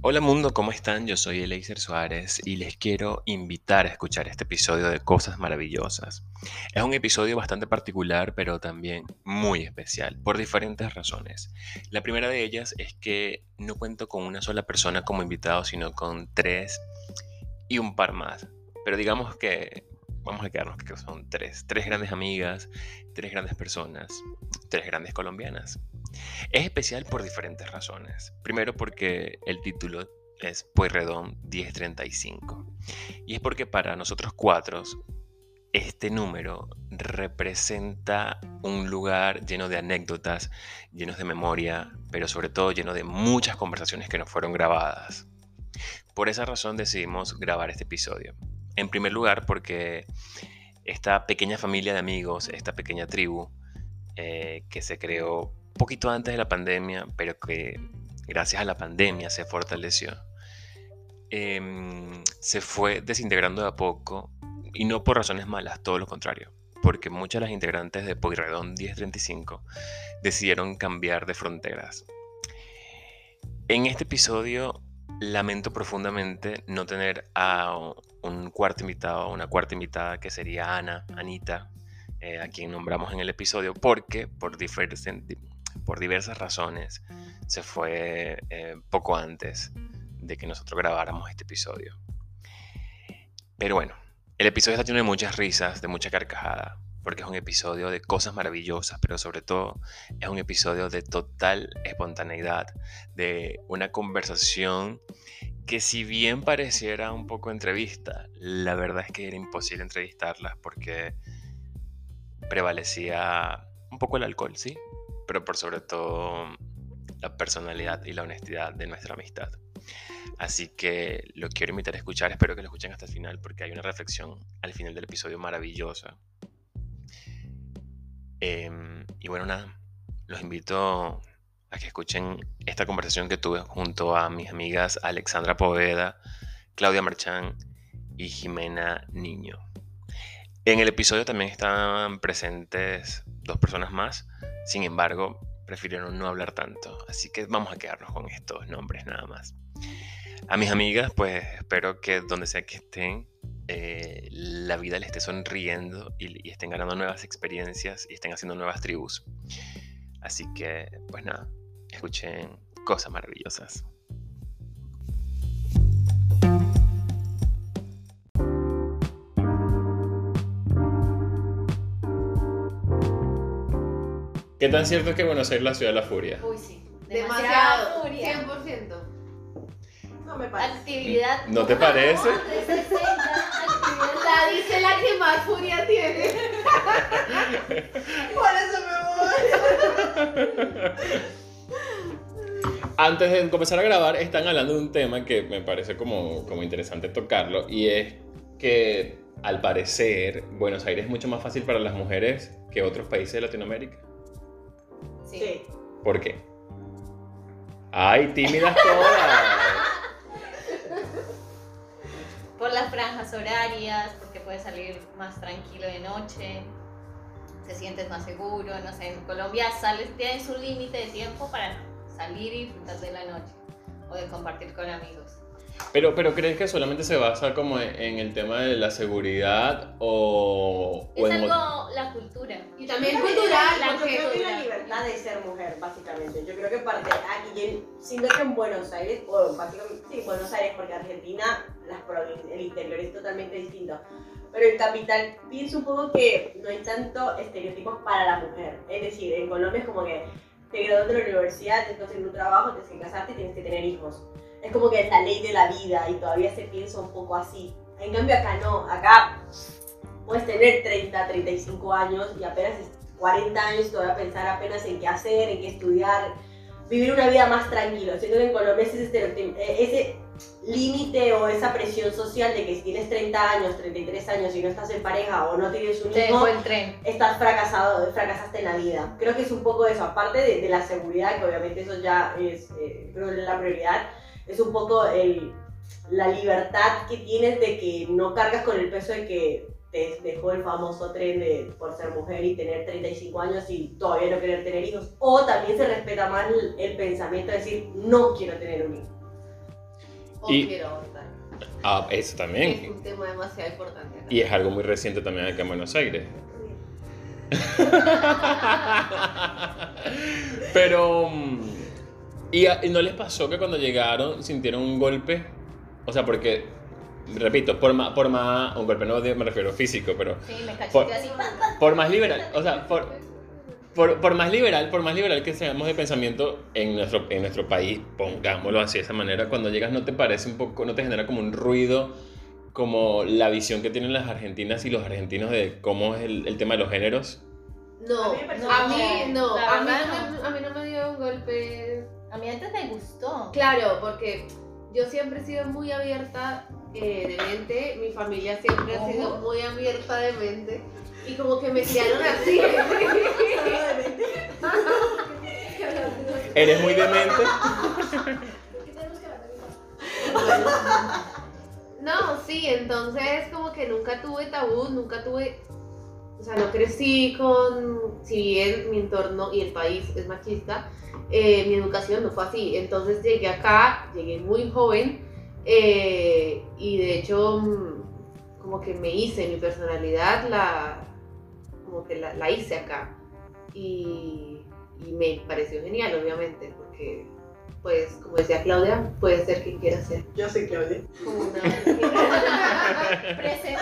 Hola mundo, ¿cómo están? Yo soy Eleiser Suárez y les quiero invitar a escuchar este episodio de Cosas Maravillosas. Es un episodio bastante particular, pero también muy especial, por diferentes razones. La primera de ellas es que no cuento con una sola persona como invitado, sino con tres y un par más. Pero digamos que vamos a quedarnos que son tres grandes amigas, tres grandes personas, tres grandes colombianas. Es especial por diferentes razones. Primero porque el título es Pueyrredón 1035. Y es porque para nosotros cuatro este número representa un lugar lleno de anécdotas, llenos de memoria, pero sobre todo lleno de muchas conversaciones que nos fueron grabadas. Por esa razón decidimos grabar este episodio. En primer lugar porque esta pequeña familia de amigos, esta pequeña tribu, que se creó un poquito antes de la pandemia, pero que gracias a la pandemia se fortaleció, se fue desintegrando de a poco y no por razones malas, todo lo contrario, porque muchas de las integrantes de Pueyrredón 1035 decidieron cambiar de fronteras. En este episodio lamento profundamente no tener a un cuarto invitado, una cuarta invitada que sería Anita, a quien nombramos en el episodio, porque por diversas razones se fue poco antes de que nosotros grabáramos este episodio. Pero bueno, el episodio está lleno de muchas risas, de mucha carcajada, porque es un episodio de cosas maravillosas, pero sobre todo es un episodio de total espontaneidad, de una conversación que si bien pareciera un poco entrevista, la verdad es que era imposible entrevistarlas porque prevalecía un poco el alcohol, sí, pero por sobre todo la personalidad y la honestidad de nuestra amistad. Así que lo quiero invitar a escuchar, espero que lo escuchen hasta el final porque hay una reflexión al final del episodio maravillosa. Y bueno, nada, los invito a que escuchen esta conversación que tuve junto a mis amigas Alexandra Poveda, Claudia Marchán y Jimena Niño. En el episodio también estaban presentes dos personas más, sin embargo, prefirieron no hablar tanto, así que vamos a quedarnos con estos nombres nada más. A mis amigas, pues espero que donde sea que estén, la vida les esté sonriendo y estén ganando nuevas experiencias y estén haciendo nuevas tribus. Así que, pues nada, escuchen cosas maravillosas. ¿Qué tan cierto es que Buenos Aires es la ciudad de la furia? Uy, sí. Demasiado, furia. 100%. No me parece. Actividad. ¿No te parece? 360, actividad. La dice la que más furia tiene. Por eso me voy. Antes de comenzar a grabar, están hablando de un tema que me parece como interesante tocarlo, y es que al parecer Buenos Aires es mucho más fácil para las mujeres que otros países de Latinoamérica. Sí. ¿Por qué? ¡Ay, tímidas todas! Por las franjas horarias, porque puedes salir más tranquilo de noche, te sientes más seguro, no sé, en Colombia tienes un límite de tiempo para salir y disfrutar de la noche o de compartir con amigos. Pero ¿crees que solamente se basa como en el tema de la seguidad o Es en algo, la cultura. Y también cultural, la porque Yo creo que la libertad de ser mujer, básicamente. Yo creo que parte aquí, siendo que en Buenos Aires, o básicamente, sí, Buenos Aires, porque Argentina, el interior es totalmente distinto. Pero en capital pienso un poco que no hay tanto estereotipos para la mujer. Es decir, en Colombia es como que te gradúas de la universidad, tienes que conseguir un trabajo, tienes que casarte y tienes que tener hijos. Es como que es la ley de la vida y todavía se piensa un poco así. En cambio acá no, acá puedes tener 30, 35 años y apenas 40 años todavía pensar apenas en qué hacer, en qué estudiar, vivir una vida más tranquilo. Siento que en Colombia ese límite o esa presión social de que si tienes 30 años, 33 años y no estás en pareja o no tienes un Te hijo, dejó el tren. estás fracasaste en la vida. Creo que es un poco eso, aparte de la seguridad, que obviamente eso ya es creo que la prioridad, es un poco la libertad que tienes de que no cargas con el peso de que te dejó el famoso tren por ser mujer y tener 35 años y todavía no querer tener hijos. O también se respeta más el pensamiento de decir, no quiero tener un hijo. O Y- quiero abortar. Ah, eso Es también. un tema demasiado importante acá. Y es algo muy reciente también acá en Buenos Aires. Pero, ¿y no les pasó que cuando llegaron sintieron un golpe? O sea, porque, repito, un golpe no me refiero físico, pero Sí, me Por- cacheteé así. ¡Pam, pam! por más liberal, o sea, por más liberal que seamos de pensamiento en nuestro país, pongámoslo así de esa manera, cuando llegas no te parece un poco, no te genera como un ruido, como la visión que tienen las argentinas y los argentinos de cómo es el tema de los géneros. No, A mí me parece- no, La a mí verdad no, a mí no me dio un golpe. A mí antes me gustó. Claro, porque yo siempre he sido muy abierta de mente, mi familia siempre ha sido muy abierta de mente y como que me criaron así. Eres muy demente. No, sí, entonces como que nunca tuve tabú, o sea, no crecí con, si bien mi entorno y el país es machista, mi educación no fue así, entonces llegué acá, llegué muy joven y de hecho como que me hice mi personalidad, como que la hice acá y me pareció genial obviamente porque pues como decía Claudia, puede ser quien quiera ser. Yo soy Claudia. Como una... Presente.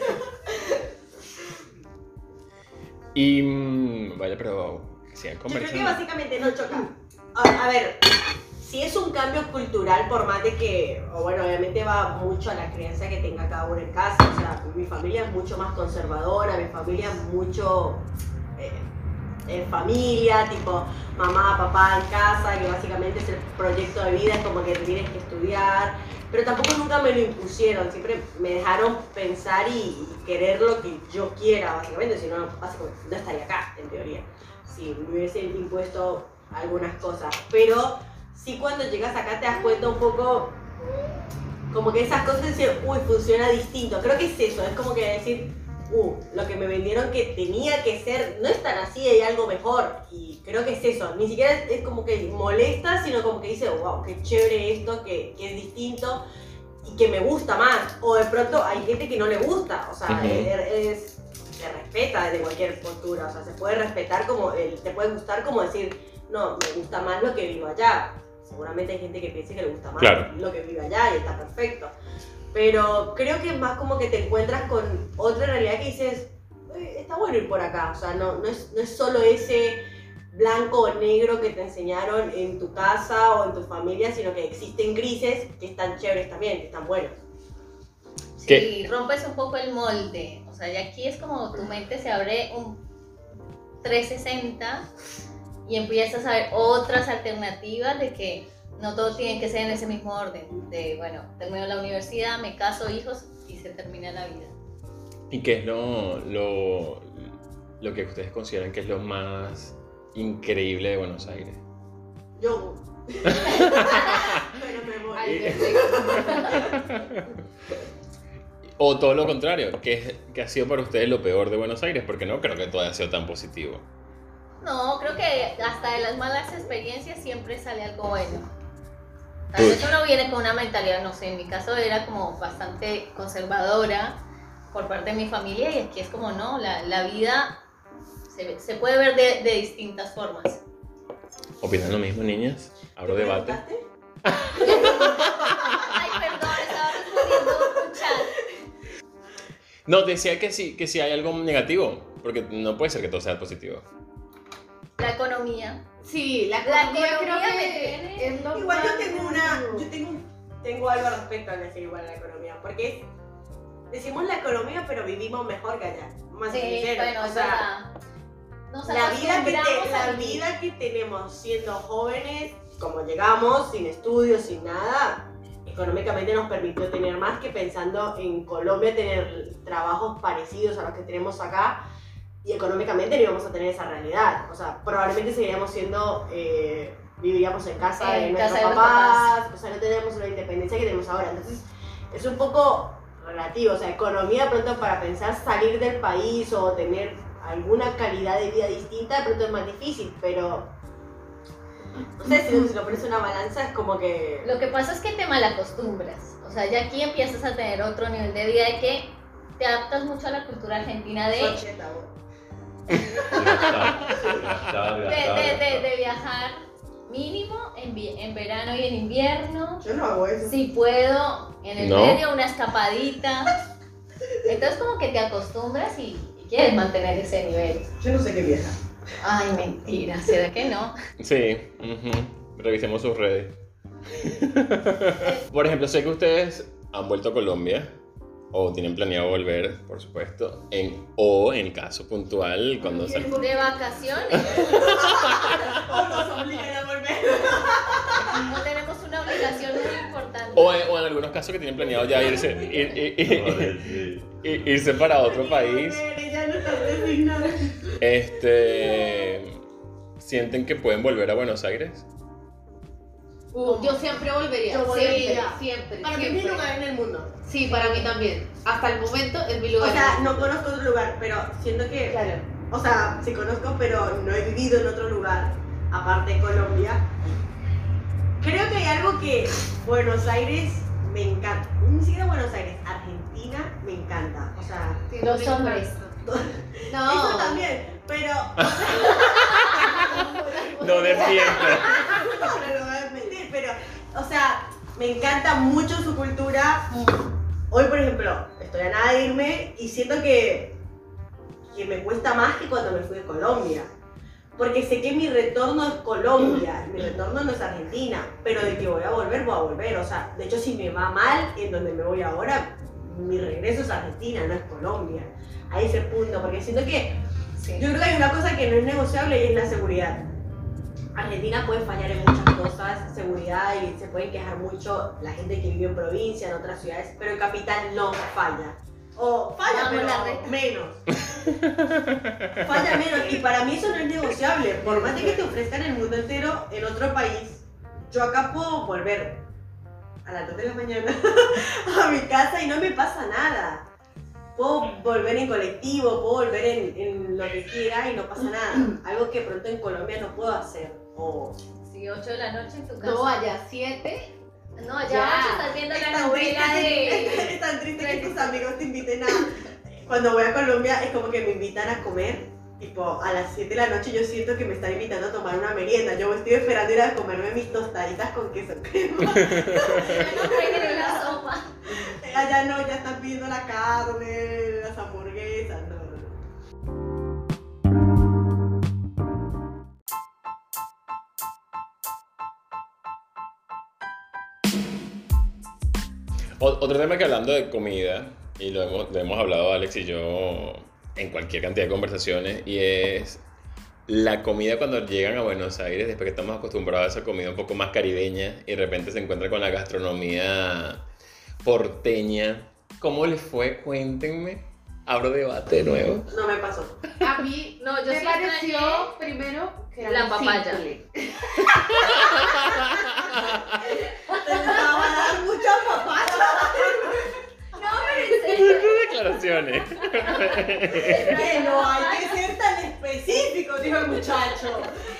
Y, vaya, pero sigan Yo creo que conversando. básicamente no choca. A ver, si es un cambio cultural, por más de que, o bueno, obviamente va mucho a la crianza que tenga cada uno en casa. O sea, mi familia es mucho más conservadora, mi familia es mucho en familia, tipo mamá, papá en casa, que básicamente es el proyecto de vida, es como que tienes que estudiar. Pero tampoco nunca me lo impusieron, siempre me dejaron pensar y querer lo que yo quiera, básicamente, si no, básicamente no estaría acá, en teoría, si me hubiesen impuesto algunas cosas. Pero sí, cuando llegas acá te das cuenta un poco, como que esas cosas decir, uy, funciona distinto. Creo que es eso, es como que decir, lo que me vendieron que tenía que ser, no es tan así, hay algo mejor. Y creo que es eso, ni siquiera es como que molesta, sino como que dice, wow, qué chévere esto, que es distinto y que me gusta más. O de pronto hay gente que no le gusta, o sea, Ujú. se respeta desde cualquier postura, o sea, se puede respetar como, te puede gustar como decir, no, me gusta más lo que vivo allá. Seguramente hay gente que piense que le gusta más Claro. lo que vive allá y está perfecto. Pero creo que es más como que te encuentras con otra realidad que dices, está bueno ir por acá. O sea, no es solo ese blanco o negro que te enseñaron en tu casa o en tu familia, sino que existen grises que están chéveres también, que están buenos. ¿Qué? Sí, rompes un poco el molde. O sea, y aquí es como tu mente se abre un 360 y empiezas a ver otras alternativas de que no todo tiene que ser en ese mismo orden. De, bueno, termino la universidad, me caso, hijos y se termina la vida. ¿Y qué es lo que ustedes consideran que es lo más increíble de Buenos Aires? Yo. Pero me voy. Ay, perfecto. O todo lo contrario, ¿qué ha sido para ustedes lo peor de Buenos Aires? Porque no creo que todo haya sido tan positivo. No, creo que hasta de las malas experiencias siempre sale algo bueno. Tal vez uno viene con una mentalidad, no sé, en mi caso era como bastante conservadora por parte de mi familia y aquí es como no, la vida se puede ver de distintas formas. ¿Opinan lo mismo, niñas? Abro ¿Me debate. preguntaste? Ay, perdón, estaba respondiendo un chat. No, decía que sí hay algo negativo, porque no puede ser que todo sea positivo. La economía. Sí, la La economía creo economía me que tiene- es lo Igual más- tengo algo al respecto a decir igual a la economía, porque decimos la economía, pero vivimos mejor que allá. Más Sí, sinceros, bueno, o es sea, verdad. Nos la acostumbramos a la vivir. vida que tenemos siendo jóvenes, como llegamos, sin estudios, sin nada, económicamente nos permitió tener más que pensando en Colombia, tener trabajos parecidos a los que tenemos acá, y económicamente no íbamos a tener esa realidad. O sea, probablemente seguiríamos siendo, viviríamos en casa de En nuestros casa de los papás, o sea, no tenemos la independencia que tenemos ahora. Entonces, es un poco relativo, o sea, economía de pronto para pensar salir del país o tener alguna calidad de vida distinta, de pronto es más difícil, pero No sé si lo pones en una balanza es como que... Lo que pasa es que te malacostumbras. O sea, ya aquí empiezas a tener otro nivel de vida de que te adaptas mucho a la cultura argentina de viajar mínimo en verano y en invierno. Yo no hago eso. Si puedo, en el medio una escapadita. Entonces como que te acostumbras y quieres mantener ese nivel. Yo no sé qué viajar. Ay, mentira, ¿será que no? Sí, revisemos sus redes. Por ejemplo, sé que ustedes han vuelto a Colombia o tienen planeado volver, por supuesto, o en caso puntual, cuando salgan. De vacaciones. O nos obligan a volver. No tenemos una obligación muy importante. O en algunos casos que tienen planeado ya irse para otro país. Ella no está resignada. ¿Sienten que pueden volver a Buenos Aires? Yo siempre volvería. Yo volvería. Siempre. Para mí es mi lugar en el mundo. Sí, para mí también. Hasta el momento es mi O lugar. sea, no conozco otro lugar, pero siento que... Claro. O sea, sí conozco, pero no he vivido en otro lugar, aparte de Colombia. Creo que hay algo que Buenos Aires me encanta. Ni siquiera Buenos Aires, Argentina me encanta. O sea, Los hombres. No. eso también, pero... No defiendo. No lo voy a mentir, pero... O sea, me encanta mucho su cultura. Hoy, por ejemplo, estoy a nada de irme y siento que me cuesta más que cuando me fui de Colombia. Porque sé que mi retorno es Colombia, mi retorno no es Argentina, pero de que voy a volver, O sea, de hecho, si me va mal en donde me voy ahora, mi regreso es Argentina, no es Colombia. A ese punto, porque siento que yo creo que hay una cosa que no es negociable y es la seguridad. Argentina puede fallar en muchas cosas, seguridad, y se pueden quejar mucho la gente que vive en provincia, en otras ciudades, pero en capital no falla. O falla, Vamos, la pero reta. menos. Falla menos, y para mí eso no es negociable. Por más de que te ofrezcan el mundo entero en otro país, yo acá puedo volver a las 2 de la mañana a mi casa y no me pasa nada. Puedo volver en colectivo, puedo volver en lo que quiera y no pasa nada. Algo que pronto en Colombia no puedo hacer. O Sí, 8 de la noche en tu casa. No, allá 7. No, allá Ya. 8 estás viendo es la tan novela triste, es tan triste que tus amigos te inviten a... Cuando voy a Colombia es como que me invitan a comer. Tipo, a las 7 de la noche yo siento que me están invitando a tomar una merienda. Yo estoy esperando ir a comerme mis tostaditas con queso crema. No traigan la sopa. Allá no, ya están pidiendo la carne, las hamburguesas, no. Otro tema que hablando de comida, y lo hemos hablado Alex y yo en cualquier cantidad de conversaciones, y es la comida cuando llegan a Buenos Aires, después que estamos acostumbrados a esa comida un poco más caribeña, y de repente se encuentran con la gastronomía porteña. ¿Cómo les fue? Cuéntenme. Abro debate de nuevo. No me pasó. A mí No, yo me sí pareció extrañé primero que era la muy papaya. simple. Te estaba a dar mucha papaya. No, pero en serio. Declaraciones. Que no hay que ser tan específico, dijo el muchacho.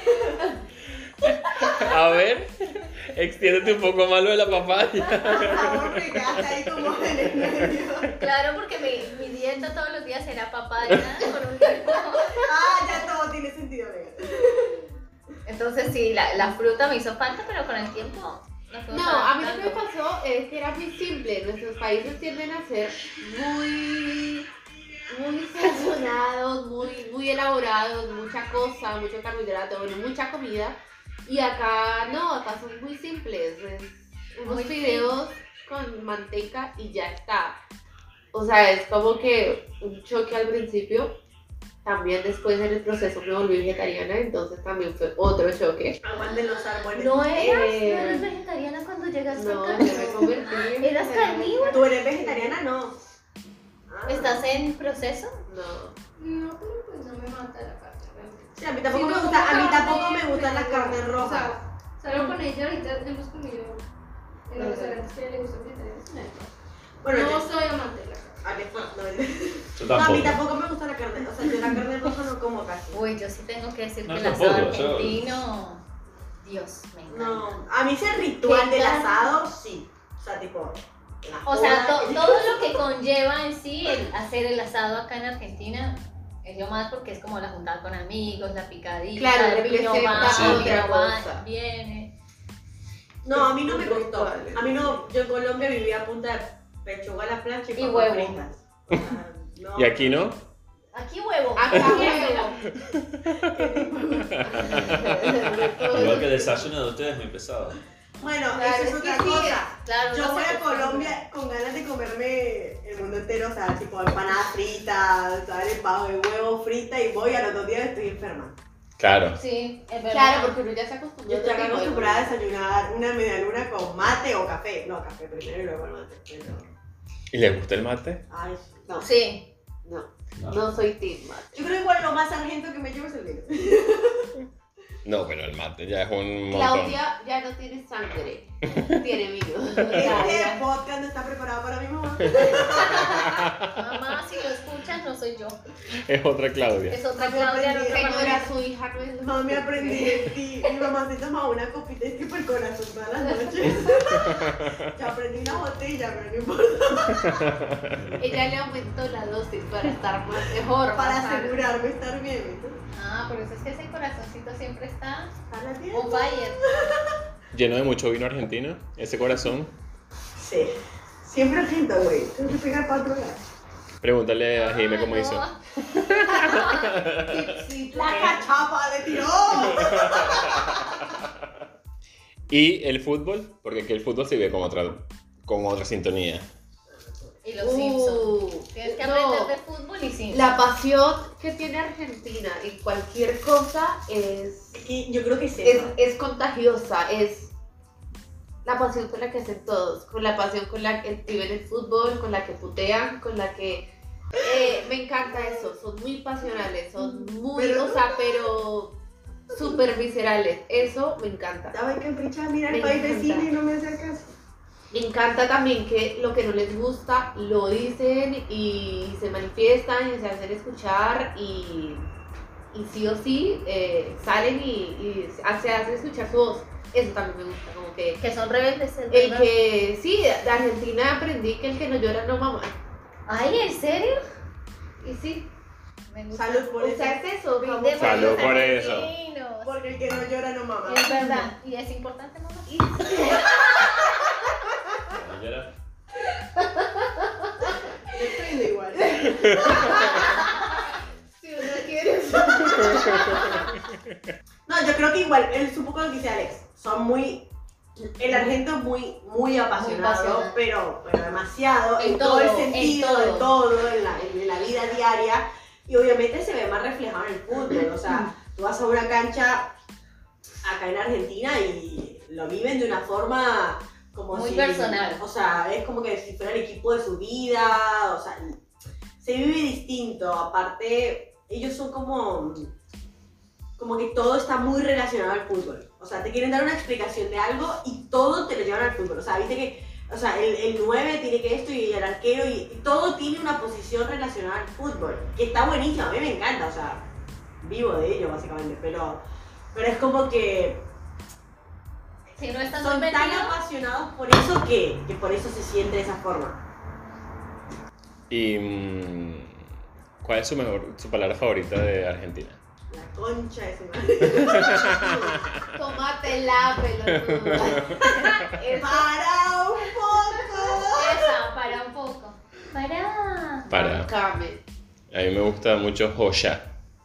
A ver, extiéndete un poco más lo de la papaya. Por favor, me quedaste ahí como en el medio. Claro, porque mi dieta todos los días era papaya con un limón. Ah, ya todo tiene sentido, Vega. Entonces sí, la fruta me hizo falta, pero con el tiempo nos fuimos No, a mí lo que me adaptando. pasó es que era muy simple. Nuestros países tienden a ser muy sazonados, muy elaborados, mucha cosa, mucho carbohidrato, bueno, mucha comida. Y acá no, acá son muy simples. Es unos Muy fideos con manteca y ya está. O sea, es como que un choque al principio. También después en el proceso me volví vegetariana, entonces también fue otro choque. Aguanten los árboles. ¿No eres vegetariana cuando llegaste No, acá? yo me convertí en ¿Eras vegetariana. carnívora? ¿Tú eres vegetariana? No. Ah. ¿Estás en proceso? No. No, pero pues no me mata la carne. realmente. Sí, a mí tampoco Sí, me como gusta, a mí carne, tampoco me gustan las pero, carnes o rojas. sea, salgo con ella ahorita hemos comido en los restaurantes que a ella le gustan vegetarianos. Bueno, No yo- soy amante de la carne. Yo No, a mí tampoco me gusta la carne. O sea, yo la carne roja no como casi. Uy, yo sí tengo que decir No, que el tampoco, asado yo- argentino Dios, me encanta. No, a mí ese ritual ¿Qué del tal? asado, sí. O sea, tipo. la O sea, joda, todo lo que conlleva en sí el hacer el asado acá en Argentina es lo más porque es como la juntada con amigos, la picadita, Claro, el vino representa va, Sí. el otra vino va, cosa. viene. No, a mí no me Un costó. ritual. A mí no. Yo en Colombia vivía a punta de pechuga a la plancha y Y papas huevo. fritas. O sea, no. ¿Y aquí no? Aquí huevo. Acá Igual que el desayuno de ustedes es muy pesado. Bueno, Claro, eso es es que otra sí, cosa. Claro, Yo no voy se a acostumbra. Colombia con ganas de comerme el mundo entero, o sea, tipo empanadas fritas, ¿sabes? Pavo de huevo frita y voy al otro día estoy enferma. Claro. Sí, es verdad. Claro, porque uno ya se acostumbró. Yo estoy a otro tipo de acostumbrada a cosas. desayunar una media luna con mate o café. No, café primero y luego el mate. Pero... ¿Y les gusta el mate? Ay, No, Sí. no soy team mate. yo creo igual lo más argento que me llevo es el vino. No, pero el mate ya es un montón. Claudia ya no tiene sangre, tiene vino. Este podcast no está preparado para mi mamá. Mamá, si lo escuchas, no soy yo. Es otra Claudia. Es otra Mami, Claudia, no aprendí. Señora, su hija no es Mami, aprendí de ti. Mi mamá se tomaba una copita y es que por el corazón todas las noches. Yo aprendí una botella, pero no importa. Ella le aumentó la dosis para estar más mejor. Para más sana. asegurarme de estar bien. Ah, por eso es que ese corazoncito siempre está ¿Estás la tía? on fire. Lleno de mucho vino argentino, ese corazón. Sí. Siempre argento, güey. Tengo que pegar para otro lado. Pregúntale a Jime cómo Ah, hizo. no. Sí, La cachapa le tiró. ¿Y el fútbol? Porque aquí el fútbol se vive con otra sintonía. Y los Simpsons. Tienes que aprender de fútbol y Simpsons. La pasión que tiene Argentina en cualquier cosa Y yo creo que es eso. es contagiosa, es la pasión con la que hacen todos, con la pasión con la que viven el fútbol, con la que putean, con la que... me encanta eso, son muy pasionales, son muy, Pero- pero súper viscerales, eso me encanta. Estaba encaprichada, mira Me el país encanta. vecino y no me hace caso. Me encanta también que lo que no les gusta lo dicen y se manifiestan y se hacen escuchar y sí o sí salen y se hacen escuchar su voz. Eso también me gusta, como que Que son rebeldes. es el verdad. que, sí, de Argentina aprendí que el que no llora no mama. Ay, ¿en serio? Y sí, Me gusta. Salud por o eso. sea, es eso, como Brindemos Salud los por eso. argentinos. Porque el que no llora no mama. Es verdad. Y es importante, mamá. Ayer Depende igual. si uno quiere. No, yo creo que igual, él supo con lo que dice Alex. Son muy. El argento es muy apasionado, apasionado. pero demasiado. En En todo el todo, en sentido, todo. en todo, en la vida diaria. Y obviamente se ve más reflejado en el fútbol. O sea, tú vas a una cancha acá en Argentina y lo viven de una forma como Muy si, personal. O sea, es como que si fuera el equipo de su vida. O sea, se vive distinto. Aparte, ellos son como que todo está muy relacionado al fútbol. O sea, te quieren dar una explicación de algo y todo te lo llevan al fútbol. O sea, viste que, o sea, el 9 tiene que esto y el arquero y todo tiene una posición relacionada al fútbol. Que está buenísimo, a mí me encanta, o sea, vivo de ello básicamente, pero es como que Si no estás son muy tan metido, apasionados por eso que por eso se siente de esa forma. ¿Y cuál es su palabra favorita de Argentina? La concha de su madre. Tómatela, pelotuda. ¡Para un poco! esa, para un poco. Para. Bancame. A mí me gusta mucho Joya.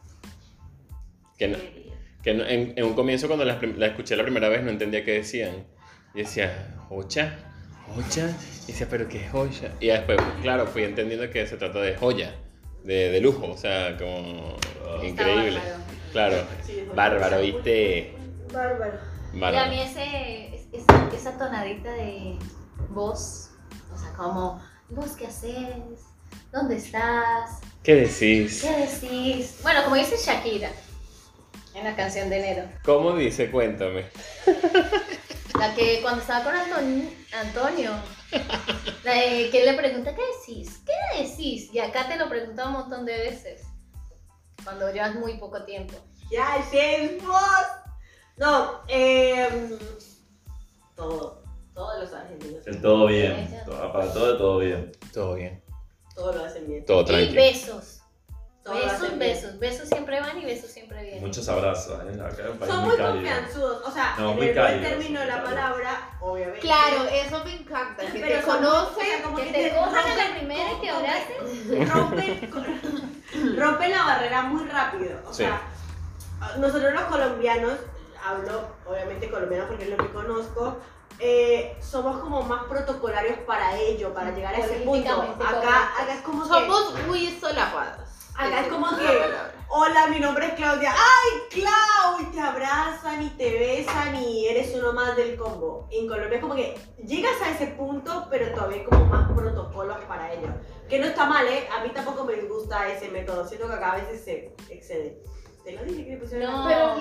En un comienzo cuando la escuché la primera vez no entendía qué decían. Y decía, ¿Joya? ¿Joya? Y decía, ¿pero qué es joya? Y después, claro, fui entendiendo que se trata de joya, de lujo, o sea, como increíble. bárbaro. Claro, Sí, es bárbaro, ¿viste? Bárbaro. Y a Bárbaro. mí esa tonadita de voz, o sea, como, ¿vos qué haces? ¿Dónde estás? ¿Qué decís? ¿Qué decís? Bueno, como dice Shakira en la canción de enero. ¿Cómo dice? Cuéntame. La que cuando estaba con Antonio, la de que él le pregunta, ¿qué decís? ¿Qué decís? Y acá te lo pregunta un montón de veces, cuando llevas muy poco tiempo. ¡Ya hacemos! No, Todos los argentinos. El todo bien. Para todo bien. Todo bien. Todos lo hacen bien. Todo Y tranquilo. besos. Todos lo hacen bien. Besos siempre van y besos siempre vienen. Muchos abrazos, ¿eh? Acá es un país Son muy muy cálido. confianzudos, o sea, No, en muy el buen cálidos, término de muy la cálidos. palabra, obviamente. Claro, eso me encanta. Que Pero te son conocen. o sea, como Que te cojan a la primera y te abracen. Rompen la barrera muy rápido. O Sí. sea, nosotros los colombianos, hablo obviamente colombiano porque es lo que conozco, somos como más protocolarios para ello, para llegar a ese punto. Políticamente Acá es como que... Somos muy solapadas. Acá es como Esa que, la palabra. hola, mi nombre es Claudia. ¡Ay, Clau! Y te abrazan y te besan y eres uno más del combo. En Colombia es como que llegas a ese punto, pero todavía hay como más protocolos para ello. Que no está mal, ¿eh? A mí tampoco me gusta ese método. Siento que acá a veces se excede. Te lo dije que le pusieron No. Pero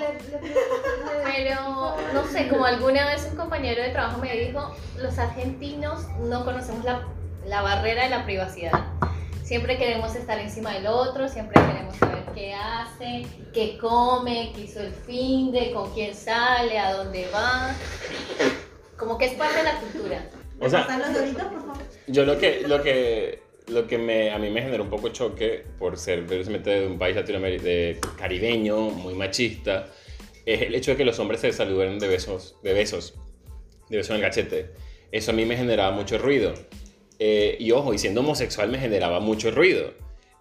Pero, no sé, como alguna vez un compañero de trabajo me dijo, los argentinos no conocemos la barrera de la privacidad. Siempre queremos estar encima del otro, siempre queremos saber qué hace, qué come, qué hizo el finde, con quién sale, a dónde va. Como que es parte de la cultura. O sea, ¿Pasan los doritos, por favor? yo lo que a mí me genera un poco choque por ser precisamente de un país latinoamericano, caribeño, muy machista, es el hecho de que los hombres se saluden de beso en el cachete. Eso a mí me generaba mucho ruido. Y ojo, y siendo homosexual me generaba mucho ruido.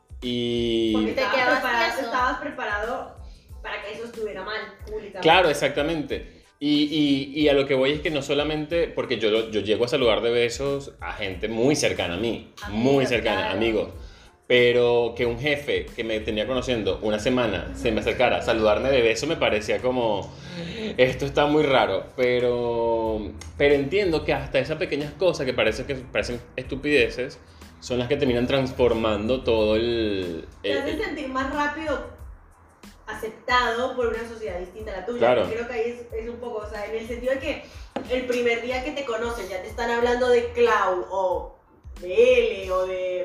Y Porque Te quedabas tieso. estabas preparado para que eso estuviera mal públicamente. claro, exactamente. Y a lo que voy es que no solamente, porque yo llego a saludar de besos a gente muy cercana a mí, muy Amigos, cercana, claro. amigos, pero que un jefe que me tenía conociendo una semana se me acercara a saludarme de beso me parecía como, esto está muy raro, pero entiendo que hasta esas pequeñas cosas que parecen estupideces son las que terminan transformando todo Te hace sentir más rápido aceptado por una sociedad distinta a la tuya. Claro. Creo que ahí es un poco, o sea, en el sentido de que el primer día que te conocen ya te están hablando de Clau o de L o de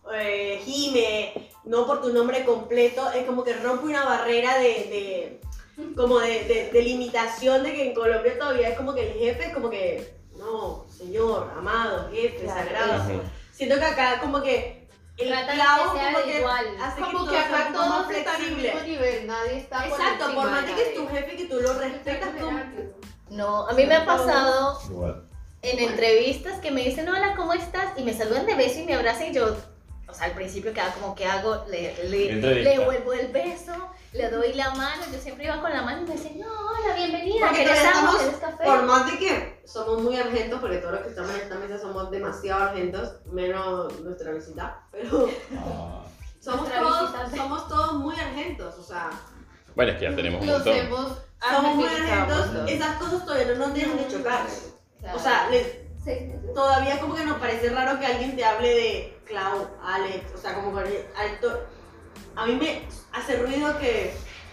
Jime, no por tu nombre completo, es como que rompe una barrera de limitación de que en Colombia todavía es como que el jefe es como que, no, señor, amado, jefe, Claro. sagrado. Ujú. Siento que acá como que el Tratan de Clau que sea como que igual. hace Como todo que sea acá un poco más todos están al flexible. mismo nivel, nadie está por Exacto, por encima más de de que es nadie. tu jefe que tú lo respetas como... No, a mí me ha pasado Igual. en entrevistas que me dicen, hola, ¿cómo estás? Y me saludan de beso y me abrazan y yo, o sea, al principio quedaba como, ¿qué hago? Entrevista. Le vuelvo el beso, le doy la mano, yo siempre iba con la mano y me dicen, no, hola, bienvenida, Porque ¿querés todos agua? estamos- ¿Querés café? Por más de que somos muy argentos, porque todos los que estamos en esta mesa somos demasiado argentos, menos nuestra visita, pero Ah, somos todos muy argentos, o sea, Bueno, es que ya tenemos un Los montón. hemos somos muy argentinizado argentos, todos. esas cosas todavía no nos dejan de chocar. Claro. O sea, Sí. todavía como que nos parece raro que alguien te hable de Clau, Alex, o sea, como con el alto. A mí me hace ruido que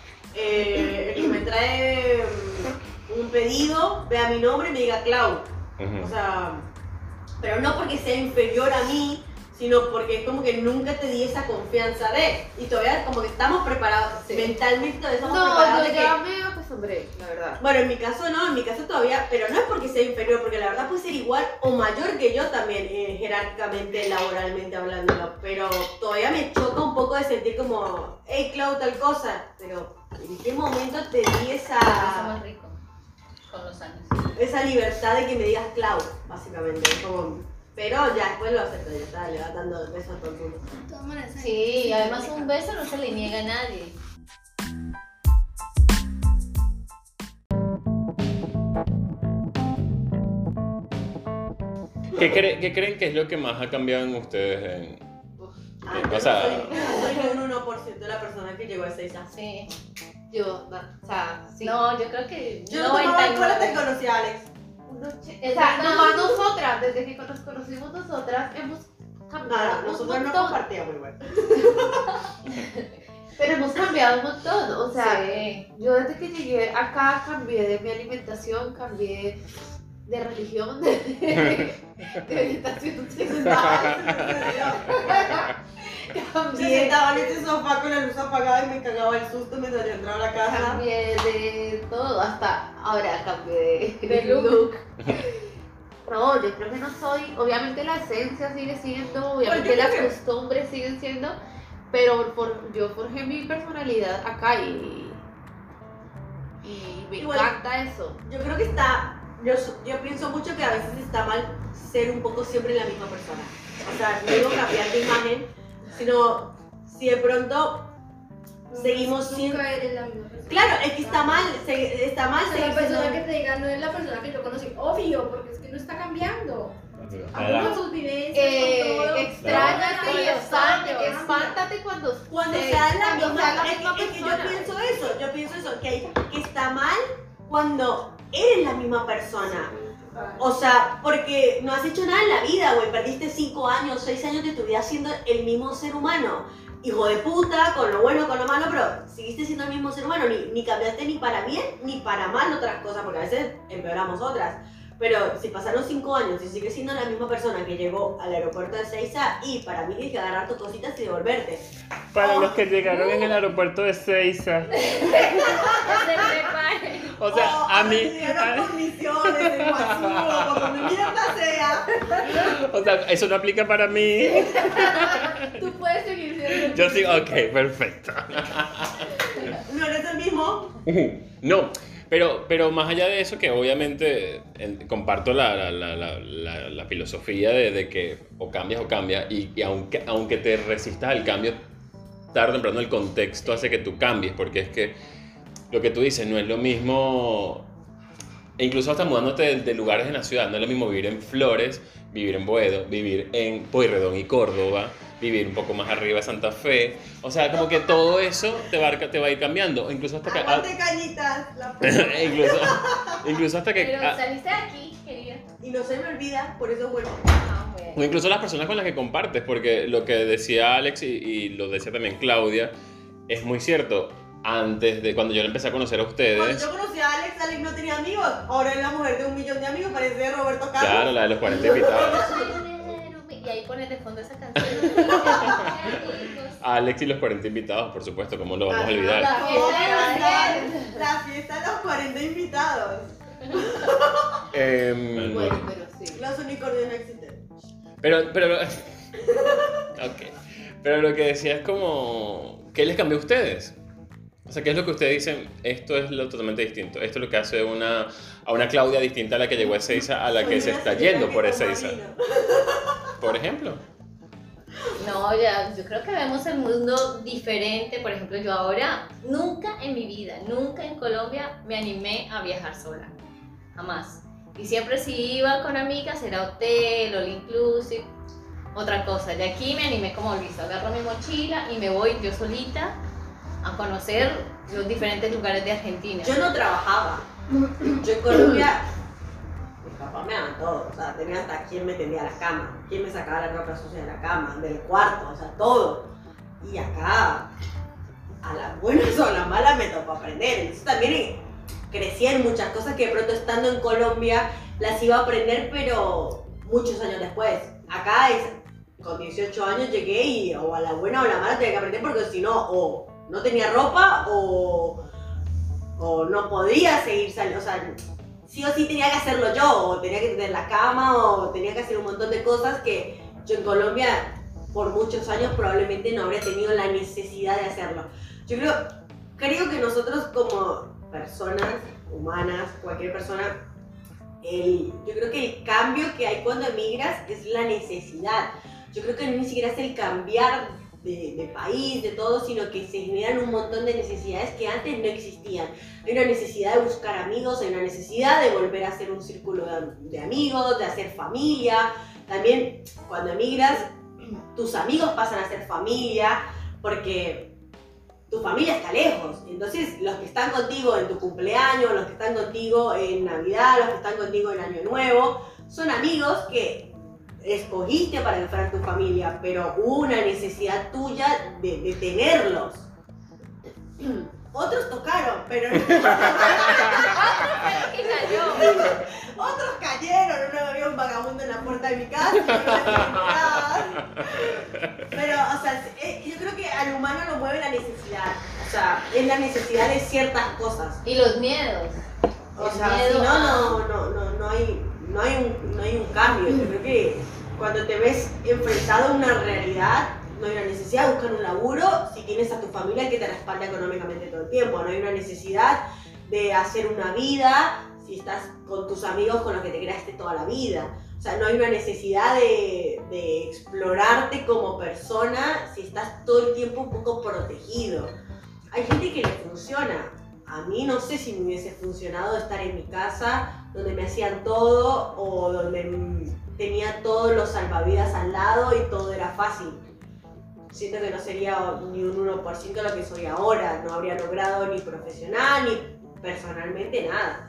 el que me trae un pedido vea mi nombre y me diga Clau. Ujú. O sea, pero no porque sea inferior a mí, sino porque es como que nunca te di esa confianza de. Y todavía como que estamos preparados, Sí. mentalmente todavía estamos No, preparados yo de que. ya me acostumbré, la verdad. Bueno, en mi caso no, en mi caso todavía, pero no es porque sea inferior, porque la verdad puede ser igual o mayor que yo también, jerárquicamente, laboralmente hablando, pero todavía me choca un poco de sentir como, hey Clau, tal cosa, pero ¿en qué momento te di Eso esa, más rico con los años. esa libertad de que me digas Clau, básicamente? Es como, pero ya después lo acepto, ya está, le va dando besos a todo el mundo. De todas maneras, Sí, y además un beso no se le niega a nadie. ¿Qué creen que es lo que más ha cambiado en ustedes? Ah, O sea- soy un 1% de la persona que llegó a esa edad. Sí. Yo, o sea, sí. No, yo creo que Yo no tomaba alcohol hasta que 99. conocí a Alex. O sea, nomás nosotras, desde que nos conocimos nosotras, hemos cambiado No, nosotros un no montón. compartíamos igual. Pero hemos cambiado un montón, o sea, Sí. yo desde que llegué acá cambié de mi alimentación, cambié de religión, de orientación sexual. Sí, Cambié, estaba en este sofá con la luz apagada y me cagaba el susto mientras yo entraba a la casa. cambié de todo, hasta Ahora cambié de De look. look. No, yo creo que no soy. Obviamente la esencia sigue siendo, obviamente Pues yo las creo que- costumbres siguen siendo, pero yo forjé mi personalidad acá y me Igual- encanta eso. Yo creo que está, yo pienso mucho que a veces está mal ser un poco siempre la misma persona. O sea, no digo cambiar de imagen, sino si de pronto seguimos siendo... Nunca eres la misma persona. Claro, es que está mal, está mal O sea, seguir la persona que siendo... te diga no es la persona que yo conocí, obvio, porque es que no está cambiando. Ah, Aún con sus vivencias, con todo. Extrañate y Claro. espántate cuando Cuando se- sea la cuando misma, sea la es misma que yo persona. pienso eso, que está mal cuando eres la misma persona. O sea, porque no has hecho nada en la vida, güey. Perdiste 5 años, 6 años de tu vida siendo el mismo ser humano. Hijo de puta, con lo bueno, con lo malo, pero seguiste siendo el mismo ser humano. Ni cambiaste ni para bien, ni para mal otras cosas, porque a veces empeoramos otras. Pero si pasaron 5 años y sigues siendo la misma persona que llegó al aeropuerto de Seiza, y para mí tienes que agarrar tus cositas y devolverte. Para los que llegaron en el aeropuerto de Seiza. O sea, a mí. Llegaron por misiones, en Guazú, por donde mierda sea. O sea, eso no aplica para mí. Tú puedes seguir siendo. Yo sí, ok, perfecto. No eres el mismo. No, pero más allá de eso, que obviamente comparto la filosofía de que o cambias, y aunque te resistas al cambio, tarde o temprano el contexto hace que tú cambies, porque es que lo que tú dices no es lo mismo, e incluso hasta mudándote de lugares en la ciudad, no es lo mismo vivir en Flores, vivir en Boedo, vivir en Pueyrredón y Córdoba, vivir un poco más arriba de Santa Fe, o sea, como que todo eso te va a ir cambiando, incluso hasta que... Aguante cañitas, la incluso hasta que... Pero saliste de aquí, querida. Y no se me olvida, por eso vuelvo. Ah, bueno. O incluso las personas con las que compartes, porque lo que decía Alex y lo decía también Claudia, es muy cierto. Antes de cuando yo le empecé a conocer a Cuando ustedes, yo conocí a Alex no tenía amigos. Ahora es la mujer de 1 millón de amigos, parece Roberto Carlos. claro, la de los 40 invitados, Y ahí pones de fondo esa canción. Alex y los 40 invitados, por supuesto, ¿cómo lo vamos a Ajá, olvidar? La fiesta de los 40 invitados. Bueno, pero sí. Los unicornios no existen. Pero, ok. Pero lo que decía es como, ¿qué les cambió a ustedes? O sea, ¿qué es lo que ustedes dicen? Esto es lo totalmente distinto. Esto es lo que hace a una Claudia distinta a la que llegó a Ezeiza, a la que se está yendo por Ezeiza. Por ejemplo. No, ya, yo creo que vemos el mundo diferente. Por ejemplo, yo ahora, nunca en mi vida, nunca en Colombia me animé a viajar sola. Jamás. Y siempre si iba con amigas era hotel, all inclusive, otra cosa. Y aquí me animé como Luis, agarro mi mochila y me voy yo solita a conocer los diferentes lugares de Argentina. Yo no trabajaba. Yo en Colombia, mis papás me daban todo. O sea, tenía hasta quién me tendía la cama, quién me sacaba la ropa sucia de la cama, del cuarto, o sea, todo. Y acá, a las buenas o a las malas me tocó aprender. Entonces también crecí en muchas cosas que de pronto estando en Colombia las iba a aprender, pero muchos años después. Acá con 18 años llegué y o a la buena o a la mala tenía que aprender, porque si no, o no tenía ropa o no podía seguir saliendo. O sea, sí o sí tenía que hacerlo yo, o tenía que tener la cama, o tenía que hacer un montón de cosas que yo en Colombia por muchos años probablemente no habría tenido la necesidad de hacerlo. Yo creo que nosotros como personas humanas, cualquier persona, yo creo que el cambio que hay cuando emigras es la necesidad. Yo creo que ni siquiera es el cambiar de país, de todo, sino que se generan un montón de necesidades que antes no existían. Hay una necesidad de buscar amigos, hay una necesidad de volver a hacer un círculo de amigos, de hacer familia. También cuando emigras, tus amigos pasan a ser familia, porque tu familia está lejos. Entonces, los que están contigo en tu cumpleaños, los que están contigo en Navidad, los que están contigo en Año Nuevo, son amigos que escogiste para que fueran tu familia, pero hubo una necesidad tuya de tenerlos. Otros tocaron, pero otros cayeron. No había un vagabundo en la puerta de mi casa. Pero, o sea, yo creo que al humano lo mueve la necesidad. O sea, es la necesidad de ciertas cosas. Y los miedos. O El sea, miedo si a- no hay un cambio. Yo creo que cuando te ves enfrentado a una realidad, no hay una necesidad de buscar un laburo si tienes a tu familia que te respalda económicamente todo el tiempo. No hay una necesidad de hacer una vida si estás con tus amigos con los que te creaste toda la vida. O sea, no hay una necesidad de explorarte como persona si estás todo el tiempo un poco protegido. Hay gente que le funciona. A mí no sé si me hubiese funcionado estar en mi casa donde me hacían todo o donde tenía todos los salvavidas al lado y todo era fácil. Siento que no sería ni un 1% lo que soy ahora. No habría logrado ni profesional ni personalmente nada.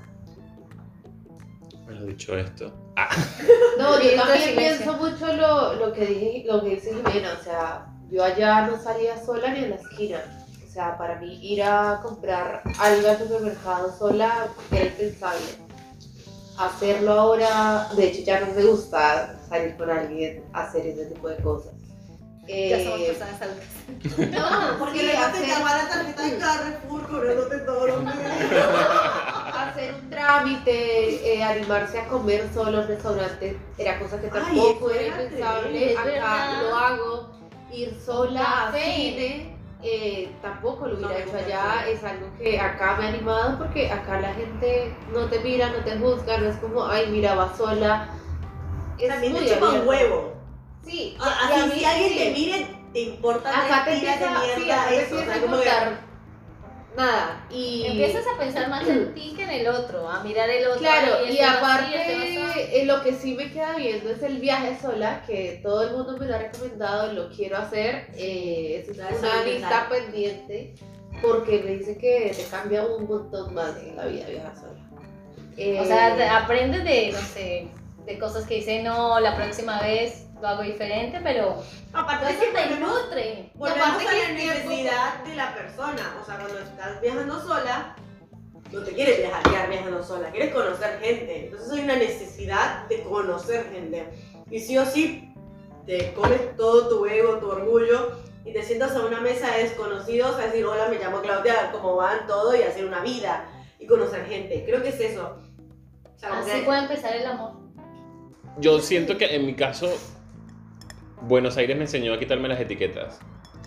Bueno, dicho esto. No, yo Minuto de también silencio. pienso mucho lo que dice Jimena, o sea, yo allá no salía sola ni en la esquina. O sea, para mí ir a comprar algo al supermercado sola era impensable. Hacerlo ahora, de hecho ya no me gusta salir con alguien a hacer ese tipo de cosas. Ya somos personas adultas. No, Porque sí, de repente te hacer- va la tarjeta de Carrefour cobrándote todos los meses. hacer un trámite, animarse a comer solo en restaurantes, era cosa que Ay, tampoco eso era era impensable. tremendo, es Acá verdad. lo hago, ir sola a Café. cine, tampoco lo hubiera No, hecho nunca allá. fui. Es algo que acá me ha animado porque acá la gente no te mira, no te juzga, no es como, ay, mira, va sola. Es También muy te chupa un abierto. huevo. Sí, y Así a mí si alguien sí. te mire, te importa Acá te tres tiras de empieza, sí, mierda acá te eso. O empieza sea, a como que importar nada. Y Empiezas a pensar más en ti que en el otro, a mirar el otro. claro, ay, y este va así, aparte, este va así. lo que sí me queda viendo es el viaje sola, que todo el mundo me lo ha recomendado, lo quiero hacer. Es Claro, una eso lista pendiente, porque me dice que te cambia un montón más en la vida viajar sola. O sea, aprendes de, no sé, de cosas que dicen, no, la próxima vez lo hago diferente, pero aparte eso es que te volvemos nutre. volvemos aparte a que la es tiempo- necesidad de la persona. O sea, cuando estás viajando sola, no te quieres quedar viajando sola, quieres conocer gente. Entonces hay una necesidad de conocer gente. Y sí o sí, te comes todo tu ego, tu orgullo, y te sientas a una mesa de desconocidos a decir, hola, me llamo Claudia, ¿cómo van? Todo, y hacer una vida y conocer gente. Creo que es eso. O sea, como Así que- puede empezar el amor. Yo siento que en mi caso, Buenos Aires me enseñó a quitarme las etiquetas.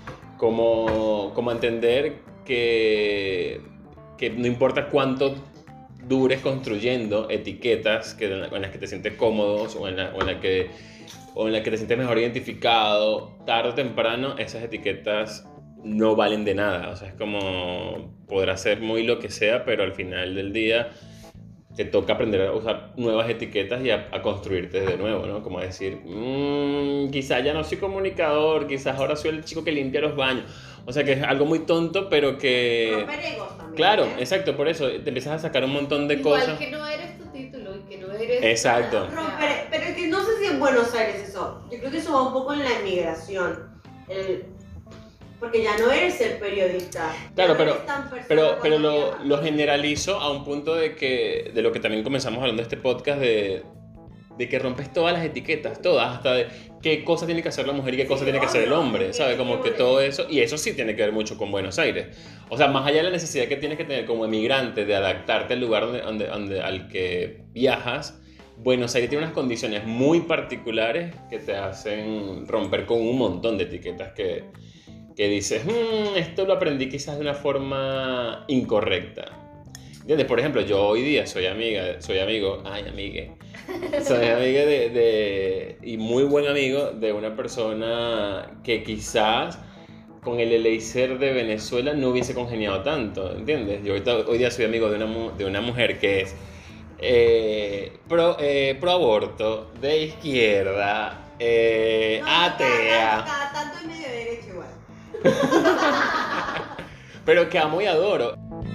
Como a entender que no importa cuánto dures construyendo etiquetas en las que te sientes cómodos o en la que te sientes mejor identificado, tarde o temprano esas etiquetas no valen de nada. O sea, es como podrás ser muy lo que sea, pero al final del día te toca aprender a usar nuevas etiquetas y a construirte de nuevo, ¿no? Como decir, quizás ya no soy comunicador, quizás ahora soy el chico que limpia los baños. O sea, que es algo muy tonto, pero que... romper egos también. Claro, ¿eh? exacto, por eso te empiezas a sacar un montón de Igual cosas. que no eres tu título y que no eres... Exacto. Romper, pero es que no sé si en Buenos Aires eso. Yo creo que eso va un poco en la emigración. Porque ya no eres el periodista. ya Claro, no eres tan persona Pero cuando lo viajas. generalizo a un punto de lo que también comenzamos hablando de este podcast, de que rompes todas las etiquetas, todas, hasta de qué cosa tiene que hacer la mujer y qué cosa Sí, tiene que hacer el obvio, hombre, es ¿sabes? que Como que bueno. todo eso, y eso sí tiene que ver mucho con Buenos Aires. O sea, más allá de la necesidad que tienes que tener como emigrante de adaptarte al lugar al que viajas, Buenos Aires tiene unas condiciones muy particulares que te hacen romper con un montón de etiquetas que dices, esto lo aprendí quizás de una forma incorrecta. ¿Entiendes? Por ejemplo, yo hoy día soy amigo, soy amiga y muy buen amigo de una persona que quizás con el Eliezer de Venezuela no hubiese congeniado tanto, ¿entiendes? Yo hoy día soy amigo de una mujer que es pro aborto, de izquierda, No, atea. Cada tanto es medio derecho igual. Pero que amo y adoro.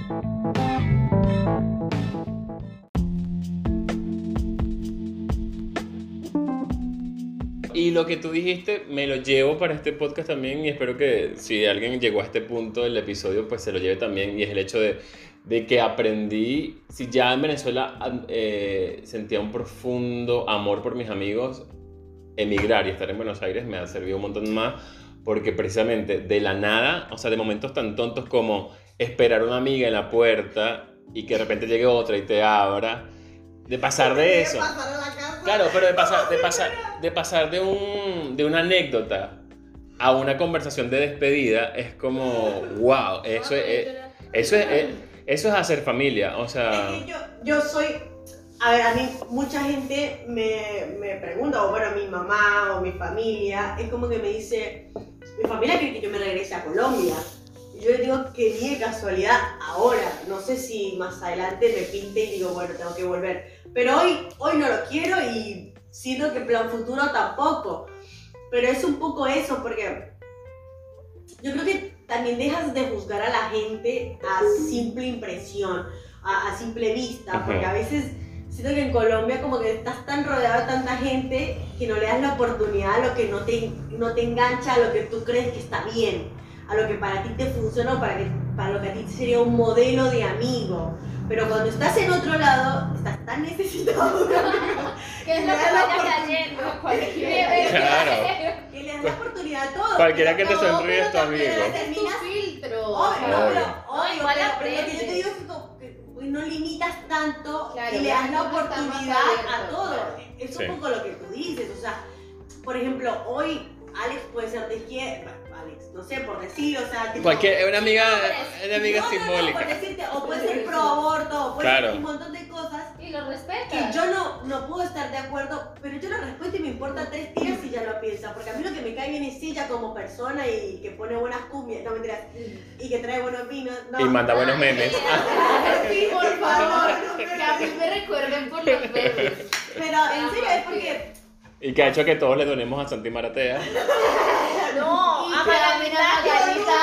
Y lo que tú dijiste me lo llevo para este podcast también y espero que si alguien llegó a este punto del episodio pues se lo lleve también, y es el hecho de que aprendí, si ya en Venezuela sentía un profundo amor por mis amigos, emigrar y estar en Buenos Aires me ha servido un montón más, porque precisamente de la nada, o sea, de momentos tan tontos como esperar a una amiga en la puerta y que de repente llegue otra y te abra, de pasar de eso. Pasar a la casa. Claro, pero de pasar de una anécdota a una conversación de despedida es como, wow, eso es hacer familia, o sea... Es que yo soy... A ver, a mí mucha gente me pregunta, o bueno, mi mamá o mi familia, es como que me dice, mi familia quiere que yo me regrese a Colombia. Y yo les digo que ni de casualidad ahora, no sé si más adelante me pinte y digo, bueno, tengo que volver. Pero hoy no lo quiero y siento que en plan futuro tampoco. Pero es un poco eso, porque yo creo que también dejas de juzgar a la gente a simple impresión, a simple vista, porque a veces siento que en Colombia como que estás tan rodeado de tanta gente que no le das la oportunidad a lo que no te engancha, a lo que tú crees que está bien, a lo que para ti te funciona o para lo que a ti sería un modelo de amigo. Pero cuando estás en otro lado, estás tan necesitado de amigos Que es lo que vaya cayendo. Claro. que le das la oportunidad a todo. Cualquiera que te No, sonríe es tu pero amigo. también es tu filtro. Obvio, igual pero lo que aprendes. yo te digo es que como que, pues, no limitas tanto Claro, y le das la uno está más oportunidad a abierto, todo. claro. Es Sí. un poco lo que tú dices, o sea, por ejemplo, hoy Alex puede ser de izquierda, Alex, no sé, por decir, o sea, tipo, Una amiga no, simbólica. por decirte, o puede ser pro aborto, o puede Claro. ser un montón de cosas Y lo respetas. que yo no puedo estar de acuerdo, pero yo lo respeto y me importa 3 días si ya lo piensa, porque a mí lo que me cae bien es ella como persona y que pone buenas cumbias, no mentiras, y que trae buenos vinos, no. Y manda buenos memes. Sí, por favor, que a mí me recuerden por los memes. Pero en serio es porque Y que ha hecho que todos le donemos a Santi Maratea. No, Y a que Margarita.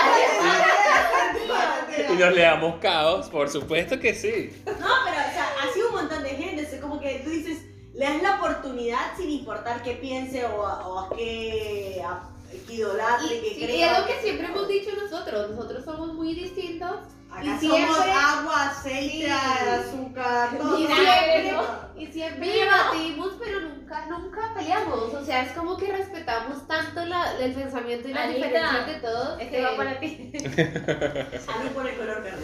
Y nos le damos caos, por supuesto que sí. no, pero o sea, ha sido un montón de gente, es como que tú dices, le das la oportunidad sin importar qué piense o a qué idolatre, qué Y crea. es lo que siempre hemos dicho nosotros somos muy distintos. Acá y somos siempre- agua, aceite, Sí. azúcar, todo. Y siempre ¡Viva! debatimos, pero nunca peleamos. O sea, es como que respetamos tanto el pensamiento y las Anita, diferencias de todos. Este va para ti. A mí por el color verde.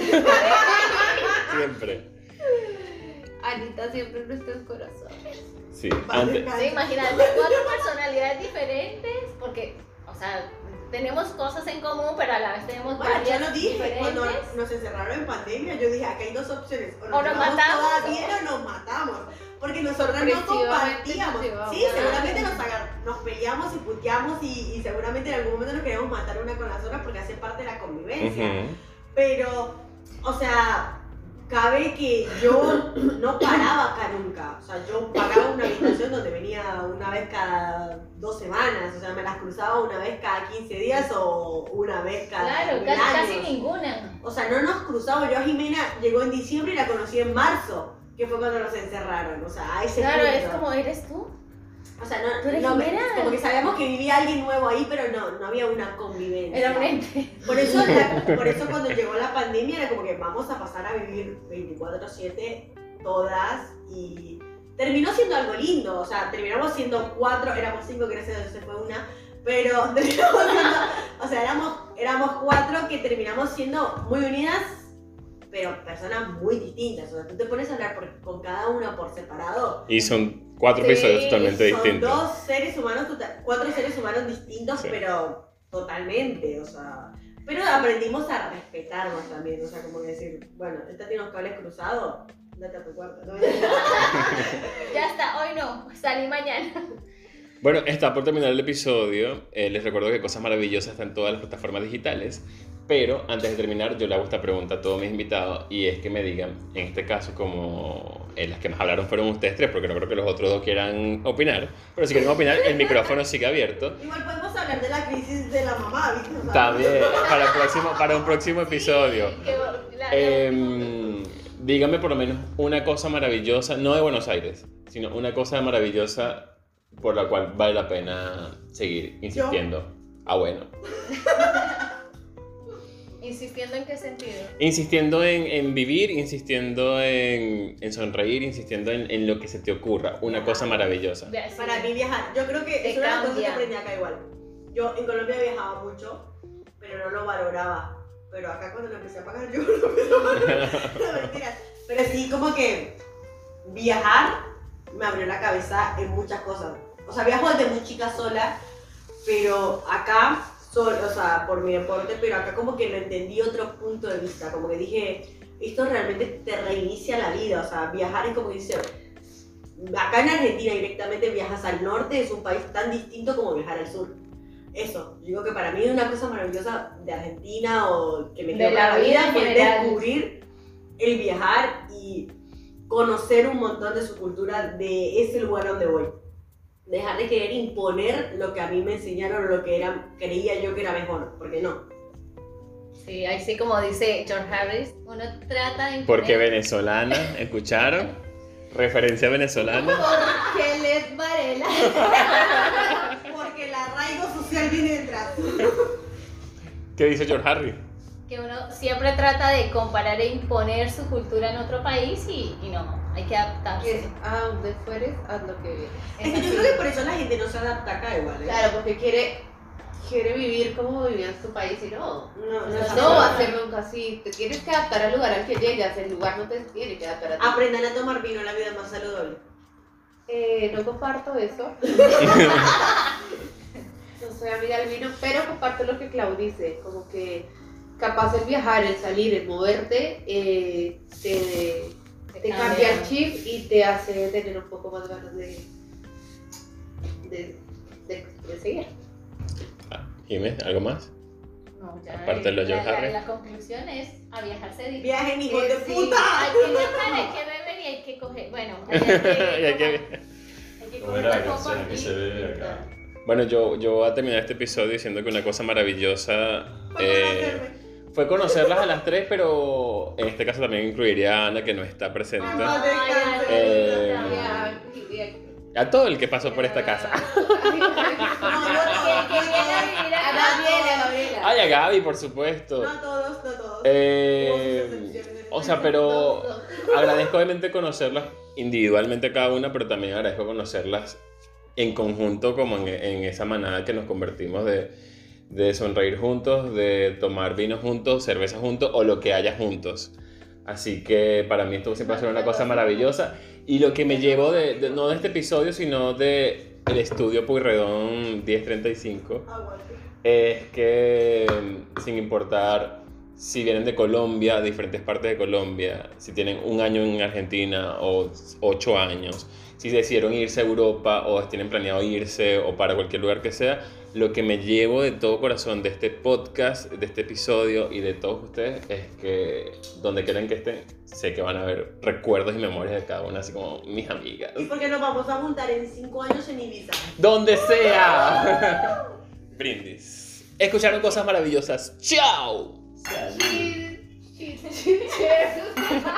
Siempre. Anita siempre en nuestros corazones. Sí. Antes, Sí, imagínate, 4 personalidades diferentes, porque, o sea, tenemos cosas en común, pero a la vez tenemos Bueno, yo varias lo dije, cuando diferentes. nos encerraron en pandemia, yo dije, acá hay 2 opciones, o O nos nos llevamos matamos, todas bien o nos matamos, porque nosotros no Sorpresivamente compartíamos, nos llevamos. sí, seguramente nos peleamos y puteamos y seguramente en algún momento nos queríamos matar una con las otras porque hace parte de la convivencia, pero, o sea, cabe que yo no paraba acá nunca, o sea, yo pagaba una habitación donde venía una vez cada 2 semanas, o sea, me las cruzaba una vez cada 15 días o una vez cada Claro, 1000 casi años. ninguna. O sea, no nos cruzamos, yo a Jimena llegó en diciembre y la conocí en marzo, que fue cuando nos encerraron, o sea, a ese Claro, punto. es como, ¿eres tú? O sea, ¿Tú eres no, Jimena? como que sabíamos que vivía alguien nuevo ahí, pero no había una convivencia. Era un ente. Por eso cuando llegó la pandemia era como que vamos a pasar a vivir 24/7 todas y terminó siendo algo lindo, o sea, terminamos siendo 4, éramos 5, gracias a Dios se fue una, pero terminamos siendo, o sea, éramos 4 que terminamos siendo muy unidas, pero personas muy distintas, o sea, tú te pones a hablar con cada una por separado. y son 4 Sí, episodios totalmente Son distintos. 4 seres humanos distintos, Sí. pero totalmente, o sea. Pero aprendimos a respetarnos también, o sea, como que decir, bueno, esta tiene los cables cruzados, date a tu cuarto, ¿no? Ya está, hoy no, salí mañana. Bueno, está por terminar el episodio. Les recuerdo que Cosas Maravillosas está en todas las plataformas digitales. Pero antes de terminar, yo le hago esta pregunta a todos mis invitados y es que me digan, en este caso, como las que más hablaron fueron ustedes 3, porque no creo que los otros 2 quieran opinar, pero si quieren opinar, el micrófono sigue abierto. Igual podemos hablar de la crisis de la mamá, ¿viste? O sea, También, para un próximo episodio. Dígame por lo menos una cosa maravillosa, no de Buenos Aires, sino una cosa maravillosa por la cual vale la pena seguir insistiendo. Ah, bueno. ¿Insistiendo en qué sentido? Insistiendo en vivir, insistiendo en sonreír, insistiendo en lo que se te ocurra. Una cosa maravillosa. Para mí viajar, yo creo que Te es una cosa que cambia. aprendí acá igual. Yo en Colombia viajaba mucho, pero no lo valoraba. pero acá cuando lo empecé a pagar yo lo empecé a pagar. No, mentiras. Pero sí, como que viajar me abrió la cabeza en muchas cosas. O sea, viajo desde muy chica sola, pero acá, o sea, por mi deporte, pero acá como que lo entendí otro punto de vista, como que dije, esto realmente te reinicia la vida, o sea, viajar es como que dice, acá en Argentina directamente viajas al norte, es un país tan distinto como viajar al sur. Eso, yo digo que para mí una cosa maravillosa de Argentina o que me quedó De para la la vida vida en fue general. descubrir el viajar y conocer un montón de su cultura de ese lugar donde voy. Dejar de querer imponer lo que a mí me enseñaron o lo que creía yo que era mejor, porque no. Sí, ahí sí como dice George Harris, uno trata de imponer. Porque venezolana, ¿escucharon? Referencia venezolana. Que les Varela. Porque el arraigo social viene detrás. ¿Qué dice George Harry? Que uno siempre trata de comparar e imponer su cultura en otro país y no, hay que adaptarse. Es a donde fueres, haz lo que vienes. Es que yo creo que por eso la gente no se adapta acá igual, ¿eh? Claro, porque quiere vivir como vivía en su país y no. No es No va a así. ser nunca así. Te tienes que adaptar al lugar al que llegas. El lugar no te tiene que adaptar a ti. Aprendan a tomar vino, la vida es más saludable. No comparto eso. No soy amiga del vino, pero comparto lo que Clau dice. Como que capaz el viajar, el salir, el moverte, te cambia el chip y te hace tener un poco más ganas de seguir. Jiménez, ¿algo más? No, ya, Aparte de lo de George Harris. la conclusión es a viajar se dice. Viajen, hijos de Sí. puta. Hay que viajar, hay que beber y hay que coger. Bueno, hay que, Y hay que- hay que ¿Cómo coger era la la copa canción que y- se bebe acá? Bueno, yo voy a terminar este episodio diciendo que una cosa maravillosa fue conocerlas a las tres, pero en este caso también incluiría a Ana, que no está presente. Eh, A todo el que pasó por esta casa. Que viene a vivir A acá. Gabriela. Ay, a Gaby, por supuesto. No todos, no todos. O sea, pero agradezco obviamente conocerlas individualmente cada una, pero también agradezco conocerlas en conjunto, como en esa manada que nos convertimos de sonreír juntos, de tomar vino juntos, cerveza juntos o lo que haya juntos. Así que para mí esto siempre va a ser una cosa maravillosa. Y lo que me llevo no de este episodio, sino de el estudio Pueyrredón 1035, es que sin importar si vienen de Colombia, de diferentes partes de Colombia, si tienen un año en Argentina o 8 años, si decidieron irse a Europa o tienen planeado irse o para cualquier lugar que sea, lo que me llevo de todo corazón de este podcast, de este episodio y de todos ustedes es que donde quieran que estén, sé que van a ver recuerdos y memorias de cada una, así como mis amigas. ¿Y por qué nos vamos a juntar en 5 años en Ibiza? ¡Donde sea! Brindis. Escucharon cosas maravillosas. ¡Chao! Cheers.